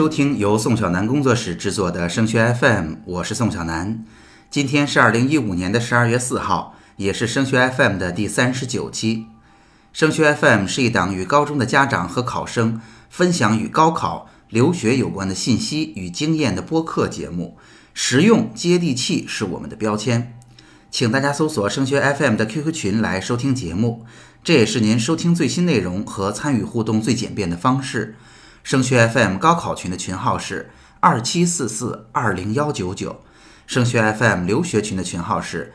听由宋小南工作室制作的升学 FM， 我是宋小南。今天是2015年的12月4号，也是升学 FM 的第39期。升学 FM 是一档与高中的家长和考生分享与高考、留学有关的信息与经验的播客节目，实用接地气是我们的标签。请大家搜索升学 FM 的 QQ 群来收听节目，这也是您收听最新内容和参与互动最简便的方式。升学 FM 高考群的群号是2744-20199，升学 FM 留学群的群号是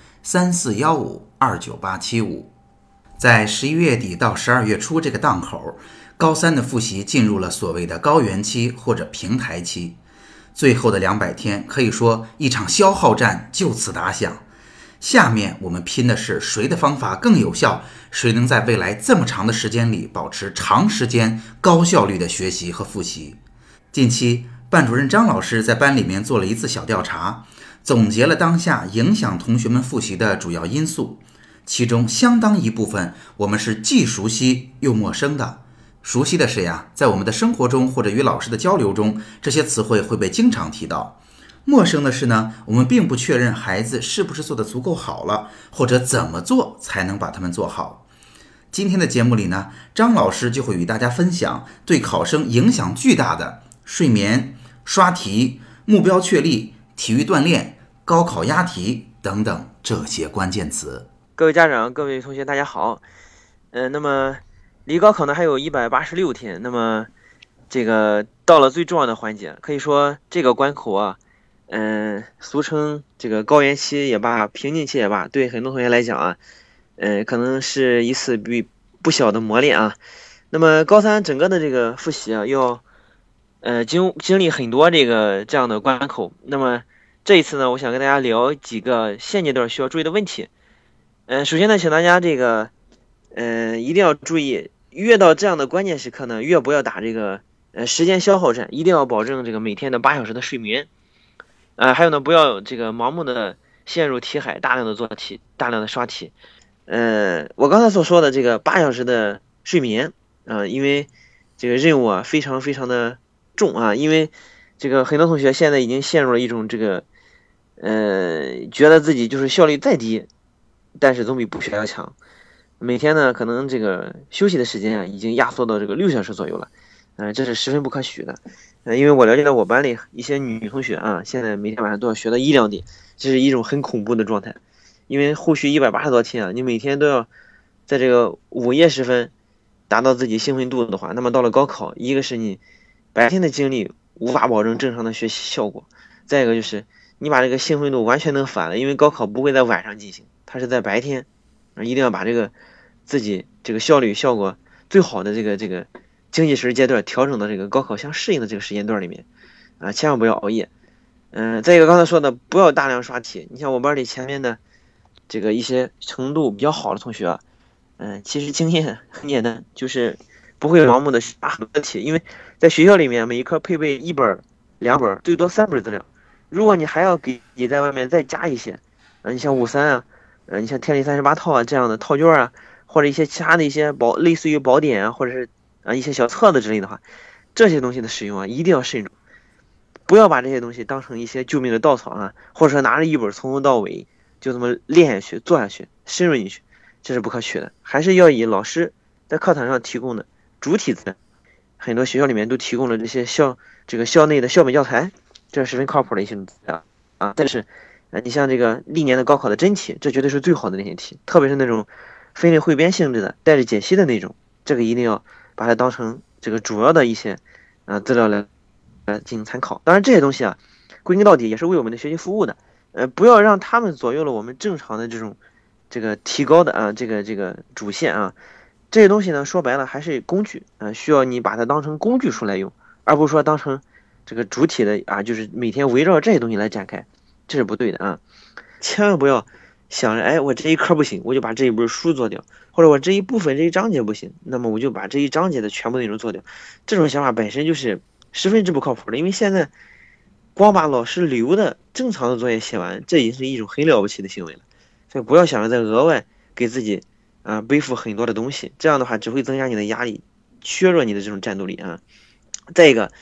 3415-29875。在11月底到12月初这个档口，高三的复习进入了所谓的高原期或者平台期，最后的200天可以说一场消耗战就此打响。下面我们拼的是谁的方法更有效，谁能在未来这么长的时间里保持长时间高效率的学习和复习。近期班主任张老师在班里面做了一次小调查，总结了当下影响同学们复习的主要因素，其中相当一部分我们是既熟悉又陌生的。熟悉的是在我们的生活中或者与老师的交流中，这些词汇会被经常提到。陌生的是呢，我们并不确认孩子是不是做得足够好了，或者怎么做才能把它们做好。今天的节目里呢，张老师就会与大家分享对考生影响巨大的睡眠、刷题、目标确立、体育锻炼、高考押题等等这些关键词。 各位家长、各位同学大家好。那么离高考呢还有186天，那么这个到了最重要的环节，可以说这个关口俗称这个高原期也罢，瓶颈期也罢，对很多同学来讲可能是一次不小的磨练啊。那么高三整个的这个复习要经历很多这样的关口。那么这一次呢，我想跟大家聊几个现阶段需要注意的问题。首先呢，请大家一定要注意，越到这样的关键时刻呢，越不要打时间消耗战，一定要保证每天的8小时的睡眠。还有呢，不要盲目的陷入题海，大量的做题，大量的刷题。我刚才所说的8小时的睡眠因为这个任务非常非常的重因为很多同学现在已经陷入了一种觉得自己就是效率再低，但是总比不学要强。每天呢，可能休息的时间已经压缩到6小时左右了，这是十分不可取的。因为我了解到我班里一些女同学现在每天晚上都要学到1、2点，这是一种很恐怖的状态。因为后续180多天你每天都要在午夜时分达到自己兴奋度的话，那么到了高考，一个是你白天的精力无法保证正常的学习效果，再一个就是你把兴奋度完全能反了，因为高考不会在晚上进行，它是在白天，一定要把自己效率效果最好的经济时阶段调整到高考相适应的时间段里面千万不要熬夜。再一个刚才说的，不要大量刷题。你像我班里前面的一些程度比较好的同学其实经验很简单，就是不会盲目的刷很多题，因为在学校里面每一科配备1本、2本，最多3本资料。如果你还要给你在外面再加一些你像53你像天理38套这样的套卷或者一些其他的一些类似于宝典或者是一些小册子之类的话，这些东西的使用一定要慎重，不要把这些东西当成一些救命的稻草或者说拿着一本从头到尾就这么练下去、做下去、深入进去，这是不可取的。还是要以老师在课堂上提供的主体资料，很多学校里面都提供了这些校内的校本教材，这是十分靠谱的一些资料但是你像历年的高考的真题，这绝对是最好的练习题，特别是那种分类汇编性质的、带着解析的那种，这个一定要把它当成主要的一些资料来进行参考。当然这些东西归根到底也是为我们的学习服务的，不要让他们左右了我们正常的提高的主线这些东西呢，说白了还是工具需要你把它当成工具书来用，而不是说当成主体的就是每天围绕这些东西来展开，这是不对的千万不要想着我这一科不行，我就把这一本书做掉，或者我这一部分这一章节不行，那么我就把这一章节的全部内容做掉。这种想法本身就是十分之不靠谱的，因为现在光把老师留的正常的作业写完，这已经是一种很了不起的行为了。所以不要想着再额外给自己背负很多的东西，这样的话只会增加你的压力，削弱你的这种战斗力再一个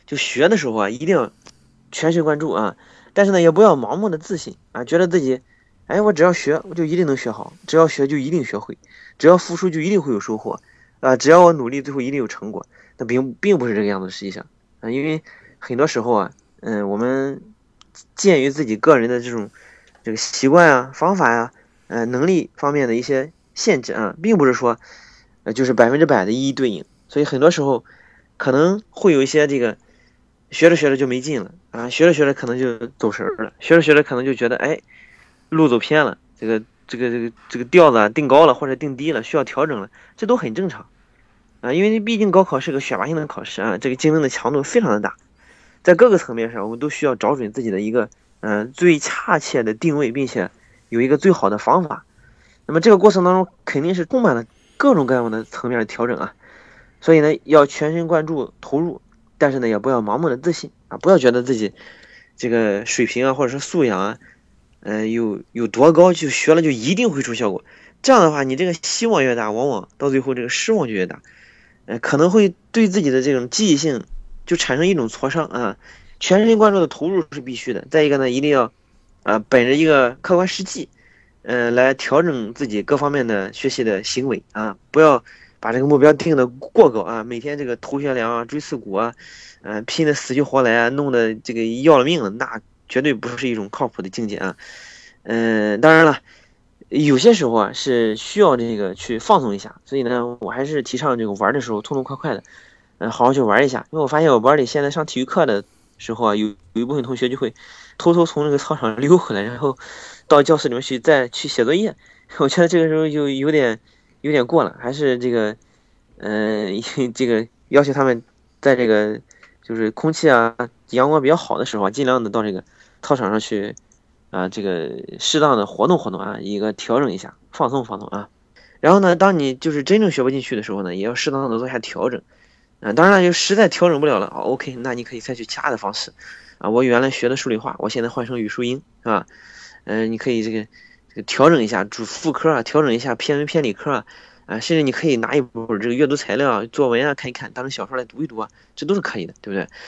就学的时候啊，一定要全神贯注啊，但是呢，也不要盲目的自信啊，觉得自己，哎，我只要学，我就一定能学好，只要学就一定学会，只要付出就一定会有收获啊，只要我努力，最后一定有成果。那并不是这个样子，实际上啊，因为很多时候啊，我们鉴于自己个人的这个习惯啊、方法呀、能力方面的一些限制啊，并不是说就是100%的一一对应，所以很多时候可能会有一些这个学着学着就没劲了啊，学着学着可能就走神儿了，学着学着可能就觉得哎路走偏了，这个调子啊定高了或者定低了，需要调整了，这都很正常啊，因为毕竟高考是个选拔性的考试啊，这个竞争的强度非常的大，在各个层面上我们都需要找准自己的一个最恰切的定位，并且有一个最好的方法。那么这个过程当中肯定是充满了各种各样的层面的调整啊，所以呢要全神贯注投入，但是呢也不要盲目的自信啊，不要觉得自己这个水平啊或者是素养啊，有多高就学了就一定会出效果。这样的话，你这个希望越大，往往到最后这个失望就越大，可能会对自己的这种记忆性就产生一种挫伤啊。全神贯注的投入是必须的。再一个呢，一定要本着一个客观实际，来调整自己各方面的学习的行为啊，不要把这个目标定的过高啊，每天这个头悬梁啊、锥刺股啊，拼的死去活来啊，弄得这个要了命了，那绝对不是一种靠谱的境界啊。当然了，有些时候啊是需要这个去放松一下，所以呢，我还是提倡这个玩的时候痛痛快快的，好好去玩一下。因为我发现我班里现在上体育课的时候啊，有一部分同学就会偷偷从这个操场溜回来，然后到教室里面去再去写作业。我觉得这个时候就有点过了，还是这个这个要求他们在这个就是空气啊阳光比较好的时候啊，尽量的到这个操场上去啊，这个适当的活动活动啊，一个调整一下，放松放松啊。然后呢，当你就是真正学不进去的时候呢，也要适当的做一下调整。当然了，就实在调整不了了，OK，那你可以采取其他的方式啊。我原来学的数理化，我现在换成语数英，是吧？你可以这个调整一下主副科啊，调整一下偏文偏理科甚至你可以拿一本这个阅读材料作文啊看一看，当成小说来读一读啊，这都是可以的，对不对？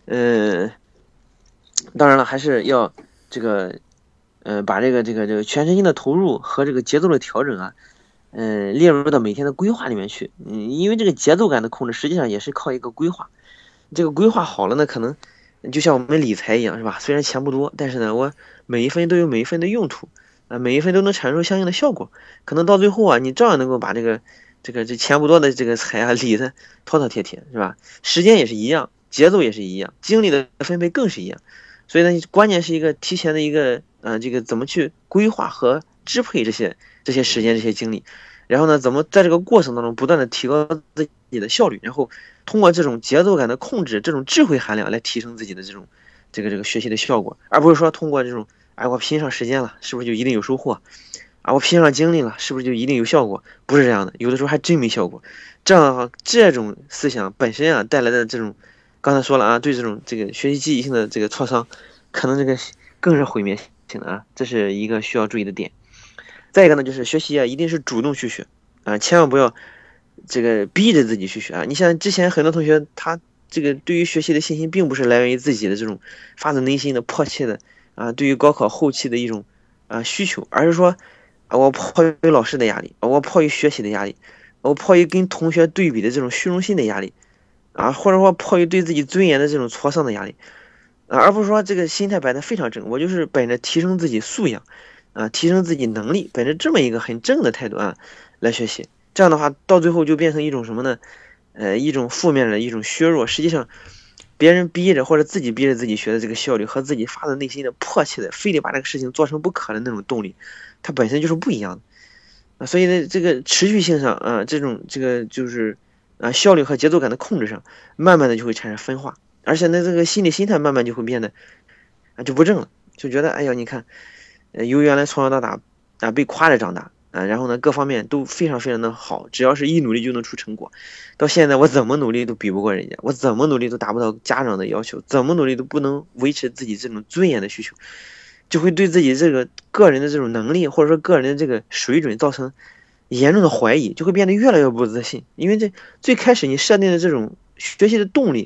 当然了，还是要这个把这个全身心的投入和这个节奏的调整啊，列入到每天的规划里面去。因为这个节奏感的控制，实际上也是靠一个规划。这个规划好了呢，可能就像我们理财一样，是吧？虽然钱不多，但是呢，我每一分都有每一分的用途，每一分都能产生相应的效果。可能到最后啊，你照样能够把这钱不多的这个财啊理的妥妥帖帖，是吧？时间也是一样，节奏也是一样，精力的分配更是一样。所以呢，关键是一个提前的一个这个怎么去规划和支配这些时间这些精力，然后呢，怎么在这个过程当中不断的提高自己的效率，然后通过这种节奏感的控制，这种智慧含量来提升自己的这个学习的效果，而不是说通过这种我拼上时间了，是不是就一定有收获我拼上精力了，是不是就一定有效果？不是这样的，有的时候还真没效果。这样的话，这种思想本身带来的这种刚才说了对这个学习记忆性的这个挫伤，可能这个更是毁灭性的这是一个需要注意的点。再一个呢，就是学习一定是主动去学千万不要这个逼着自己去学你像之前很多同学，他这个对于学习的信心，并不是来源于自己的这种发自内心的迫切的对于高考后期的一种需求，而是说我迫于老师的压力，我迫于学习的压力，我迫于跟同学对比的这种虚荣心的压力或者说迫于对自己尊严的这种挫伤的压力而不是说这个心态摆得非常正，我就是本着提升自己素养提升自己能力，本着这么一个很正的态度来学习。这样的话，到最后就变成一种什么呢？一种负面的一种削弱。实际上，别人逼着或者自己逼着自己学的这个效率，和自己发自内心的迫切的，非得把这个事情做成不可的那种动力，它本身就是不一样的所以呢，这个持续性上这种这个就是效率和节奏感的控制上，慢慢的就会产生分化，而且呢，这个心态慢慢就会变得就不正了，就觉得哎呀，你看。由原来从小到大被夸着长大然后呢各方面都非常非常的好，只要是一努力就能出成果。到现在我怎么努力都比不过人家，我怎么努力都达不到家长的要求，怎么努力都不能维持自己这种尊严的需求，就会对自己这个个人的这种能力或者说个人的这个水准造成严重的怀疑，就会变得越来越不自信。因为这最开始你设定的这种学习的动力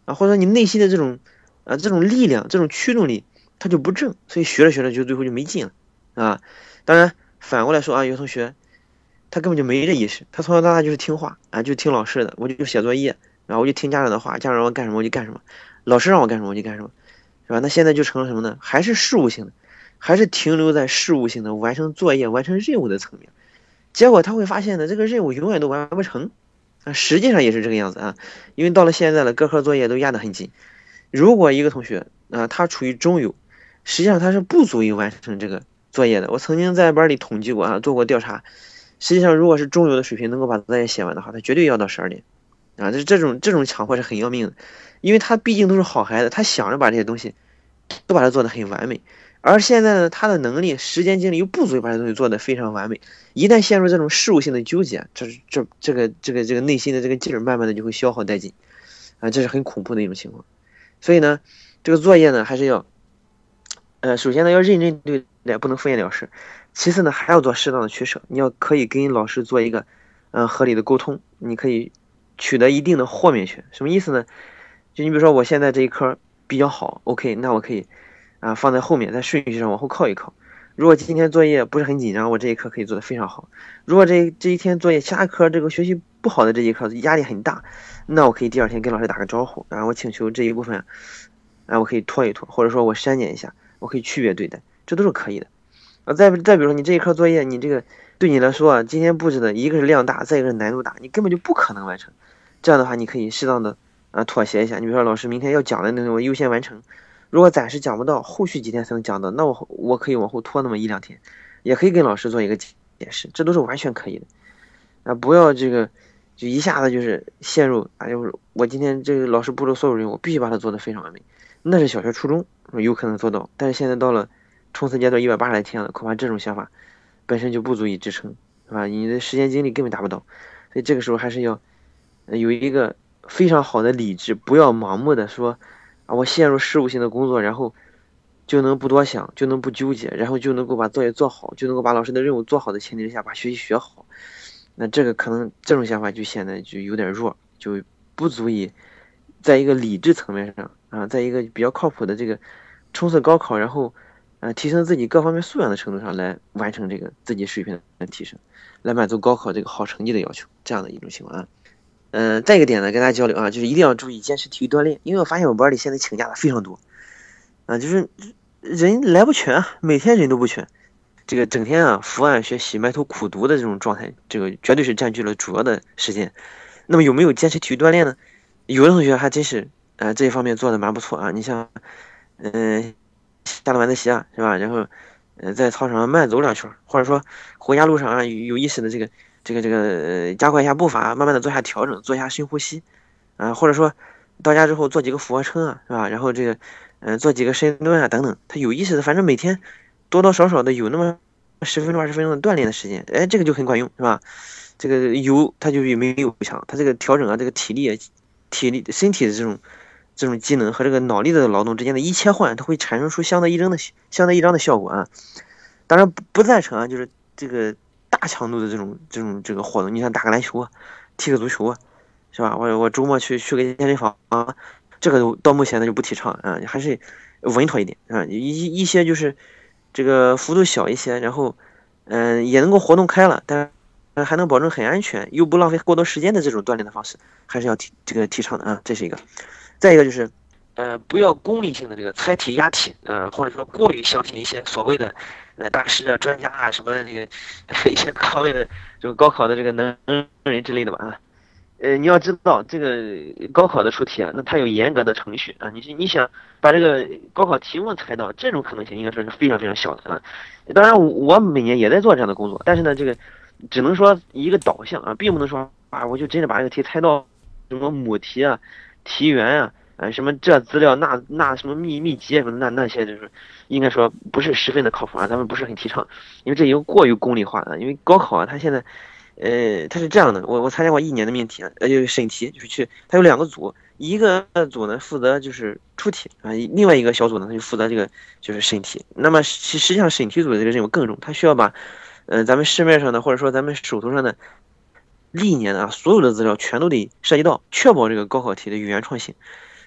啊，或者说你内心的这种力量、这种驱动力，它就不正，所以学着学着就最后就没劲了啊。当然反过来说啊，有同学他根本就没这意识，他从小到大就是听话啊，就听老师的，我就写作业，然后我就听家长的话，家长让我干什么我就干什么，老师让我干什么我就干什么，是吧？那现在就成了什么呢？还是事务性的，还是停留在事务性的完成作业、完成任务的层面。结果他会发现呢，这个任务永远都完不成啊。实际上也是这个样子啊，因为到了现在了，各科作业都压得很紧。如果一个同学啊，他处于中游，实际上他是不足以完成这个作业的。我曾经在班里统计过啊，做过调查。实际上，如果是中游的水平能够把作业写完的话，他绝对要到12点啊。这种强迫是很要命的，因为他毕竟都是好孩子，他想着把这些东西都把它做得很完美。而现在呢，他的能力、时间、精力又不足以把这东西做得非常完美。一旦陷入这种事务性的纠结，这个内心的这个劲儿，慢慢的就会消耗殆尽啊，这是很恐怖的一种情况。所以呢，这个作业呢，还是要，首先呢要认真对待，不能敷衍了事。其次呢，还要做适当的取舍，你要可以跟老师做一个，合理的沟通，你可以取得一定的豁免权。什么意思呢？就你比如说我现在这一科比较好，OK，那我可以啊放在后面，在顺序上往后靠一靠。如果今天作业不是很紧张，我这一科可以做得非常好。如果这一天作业下课这个学习不好的这一科压力很大，那我可以第2天跟老师打个招呼，然后我请求这一部分，我可以拖一拖，或者说我删减一下，我可以区别对待，这都是可以的。再比如说你这一科作业，你这个对你来说啊，今天布置的一个是量大，再一个是难度大，你根本就不可能完成。这样的话，你可以适当的妥协一下。你比如说老师明天要讲的内容，我优先完成。如果暂时讲不到，后续几天才能讲到，那我可以往后拖那么1-2天，也可以跟老师做一个解释，这都是完全可以的。不要这个就一下子就是陷入就是我今天这个老师布置所有任务，我必须把它做得非常完美。那是小学初中有可能做到，但是现在到了冲刺阶段180来天了，恐怕这种想法本身就不足以支撑，是吧？你的时间精力根本达不到，所以这个时候还是要有一个非常好的理智，不要盲目的说我陷入事务性的工作，然后就能不多想，就能不纠结，然后就能够把作业做好，就能够把老师的任务做好的前提之下把学习学好。那这个可能这种想法就显得就有点弱，就不足以在一个理智层面上在一个比较靠谱的这个冲刺高考，然后提升自己各方面素养的程度上来完成这个自己水平的提升，来满足高考这个好成绩的要求，这样的一种情况再一个点呢，跟大家交流就是一定要注意坚持体育锻炼，因为我发现我班里现在请假的非常多就是人来不全每天人都不全。这个整天伏案学习、埋头苦读的这种状态，这个绝对是占据了主要的时间。那么有没有坚持体育锻炼呢？有的同学还真是这一方面做的蛮不错你像下了晚自习是吧？然后在操场上慢走2圈，或者说回家路上有意识的加快一下步伐，慢慢的做下调整，做一下深呼吸或者说到家之后做几个俯卧撑是吧？然后做几个深蹲等等，他有意识的，反正每天多多少少的有那么10分钟20分钟的锻炼的时间，这个就很管用是吧？这个有它就没有强，它这个调整这个体力身体的这种机能和这个脑力的劳动之间的一切换，它会产生出相得益彰的效果当然不赞成就是这个大强度的这个活动，你像打个篮球踢个足球是吧？我周末去个健身房这个到目前呢就不提倡还是稳妥一点一些就是这个幅度小一些，然后也能够活动开了，但还能保证很安全又不浪费过多时间的这种锻炼的方式，还是要提倡的这是一个。再一个就是不要功利性的这个猜题押题或者说过于相信一些所谓的大师专家什么这个一些各方面的这个高考的这个能人之类的吧你要知道这个高考的出题那它有严格的程序你想把这个高考题目猜到，这种可能性应该说是非常非常小的当然我每年也在做这样的工作，但是呢这个只能说一个导向并不能说我就真的把这个题猜到什么母题题源什么这资料那什么秘籍什么那些就是应该说不是十分的靠谱咱们不是很提倡，因为这已经过于功利化了。因为高考它现在它是这样的，我参加过1年的命题就是审题，就是它有2个组，一个组呢负责就是出题另外一个小组呢它就负责这个就是审题。那么实际上审题组的这个任务更重，它需要把咱们市面上的或者说咱们手头上的历年的所有的资料全都得涉及到，确保这个高考题的原创性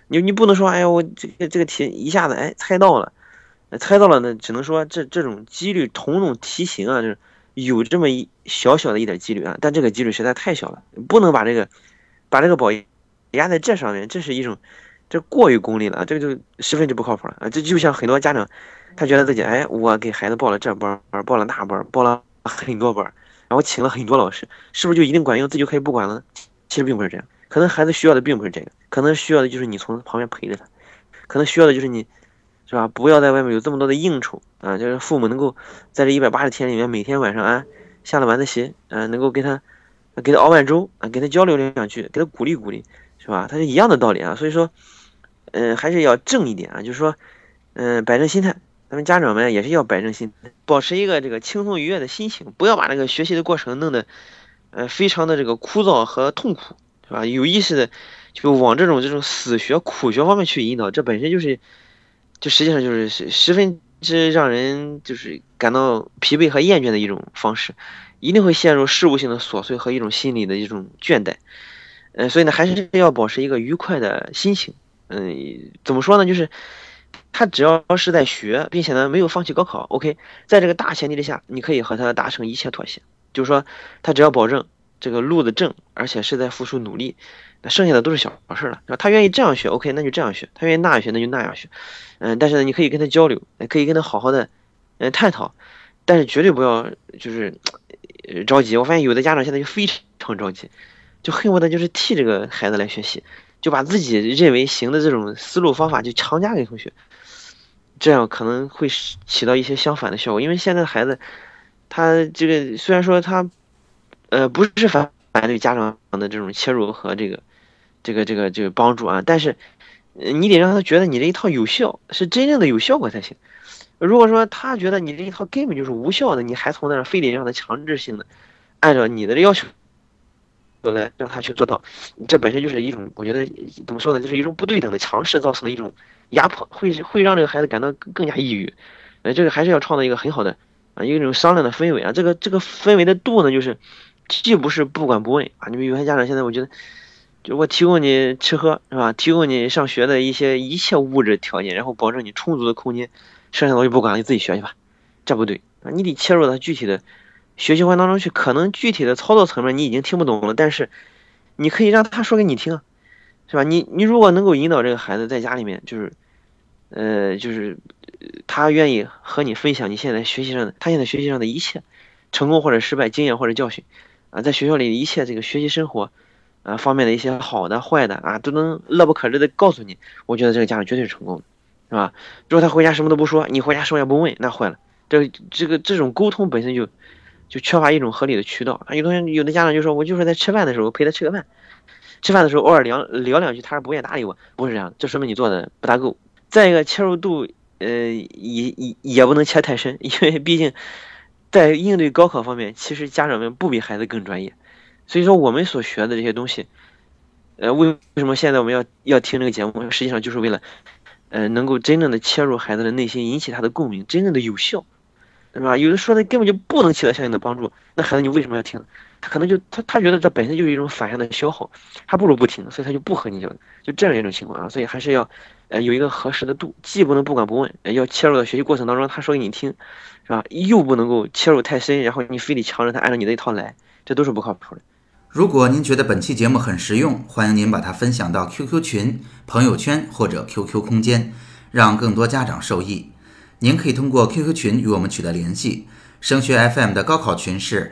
你不能说，哎呀，我这个题一下子猜到了，猜到了呢，只能说这种几率同种题型啊，就是有这么小小的一点几率啊，但这个几率实在太小了，不能把这个宝压在这上面，这过于功利了啊，这个就十分之不靠谱了啊！这就像很多家长，他觉得自己我给孩子报了这班，报了那班，报了很多班，然后请了很多老师，是不是就一定管用，自己就可以不管了？其实并不是这样，可能孩子需要的并不是这个，可能需要的就是你从旁边陪着他，可能需要的就是你，是吧？不要在外面有这么多的应酬啊，就是父母能够在这180天里面，每天晚上下了晚自习，能够给他熬碗粥啊，给他交流2句，给他鼓励鼓励，是吧？他是一样的道理啊，所以说。还是要正一点啊，就是说，摆正心态，咱们家长们也是要摆正心态，保持一个这个轻松愉悦的心情，不要把这个学习的过程弄得，非常的这个枯燥和痛苦，是吧？有意识的就往这种死学苦学方面去引导，这本身就实际上就是十分之让人就是感到疲惫和厌倦的一种方式，一定会陷入事务性的琐碎和一种心理的一种倦怠，所以呢，还是要保持一个愉快的心情。怎么说呢？就是他只要是在学，并且呢没有放弃高考，OK，在这个大前提之下，你可以和他达成一切妥协。就是说，他只要保证这个路子正，而且是在付出努力，那剩下的都是小事了。他愿意这样学，OK，那就这样学；他愿意那样学，那就那样学。但是呢，你可以跟他交流，可以跟他好好的探讨，但是绝对不要就是着急。我发现有的家长现在就非常着急，就恨不得就是替这个孩子来学习。就把自己认为行的这种思路方法就强加给同学，这样可能会起到一些相反的效果。因为现在的孩子，他这个虽然说他，不是反对家长的这种切入和这个帮助啊，但是你得让他觉得你这一套有效，是真正的有效果才行。如果说他觉得你这一套根本就是无效的，你还从那儿非得让他强制性的按照你的要求来让他去做到，这本身就是一种，我觉得怎么说呢，就是一种不对等的强势造成的一种压迫，会让这个孩子感到更加抑郁。这个还是要创造一个很好的一种商量的氛围啊。这个氛围的度呢，就是既不是不管不问啊。你们有些家长现在我觉得，就我提供你吃喝是吧，提供你上学的一切物质条件，然后保证你充足的空间，剩下的我就不管了，你自己学去吧。这不对啊，你得切入到具体的学习环当中去，可能具体的操作层面你已经听不懂了，但是你可以让他说给你听，是吧？你如果能够引导这个孩子在家里面，就是他愿意和你分享他现在学习上的一切成功或者失败经验或者教训啊，在学校里一切这个学习生活方面的一些好的坏的都能乐不可支的告诉你，我觉得这个家长绝对是成功的，是吧？如果他回家什么都不说，你回家什么也不问，那坏了。这种沟通本身就缺乏一种合理的渠道啊。有的家长就说，我就是在吃饭的时候陪他吃个饭，吃饭的时候偶尔聊2句，他是不愿意搭理我，不是这样，这说明你做的不大够。再一个切入度，也不能切太深，因为毕竟在应对高考方面，其实家长们不比孩子更专业，所以说我们所学的这些东西，为什么现在我们要听这个节目，实际上就是为了，能够真正的切入孩子的内心，引起他的共鸣，真正的有效。对吧？有的说的根本就不能起到相应的帮助，那孩子你为什么要听？他可能他觉得这本身就是一种反向的消耗，他不如不听，所以他就不和你讲，就这样一种情况啊。所以还是要有一个合适的度，既不能不管不问，要切入到学习过程当中，他说给你听，是吧？又不能够切入太深，然后你非得强制他按照你的一套来，这都是不靠谱的。 如果您觉得本期节目很实用，欢迎您把它分享到 QQ 群、朋友圈或者 QQ 空间，让更多家长受益。您可以通过 QQ 群与我们取得联系，升学 FM 的高考群是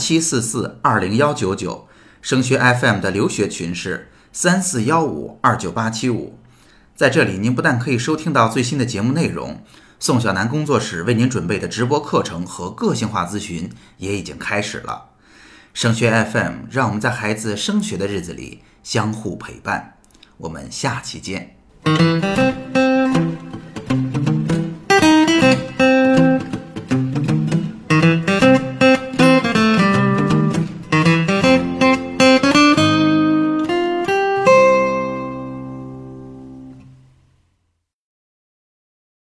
2744-20199，升学 FM 的留学群是3415-29875。在这里，您不但可以收听到最新的节目内容，宋小南工作室为您准备的直播课程和个性化咨询也已经开始了。升学 FM 让我们在孩子升学的日子里相互陪伴，我们下期见。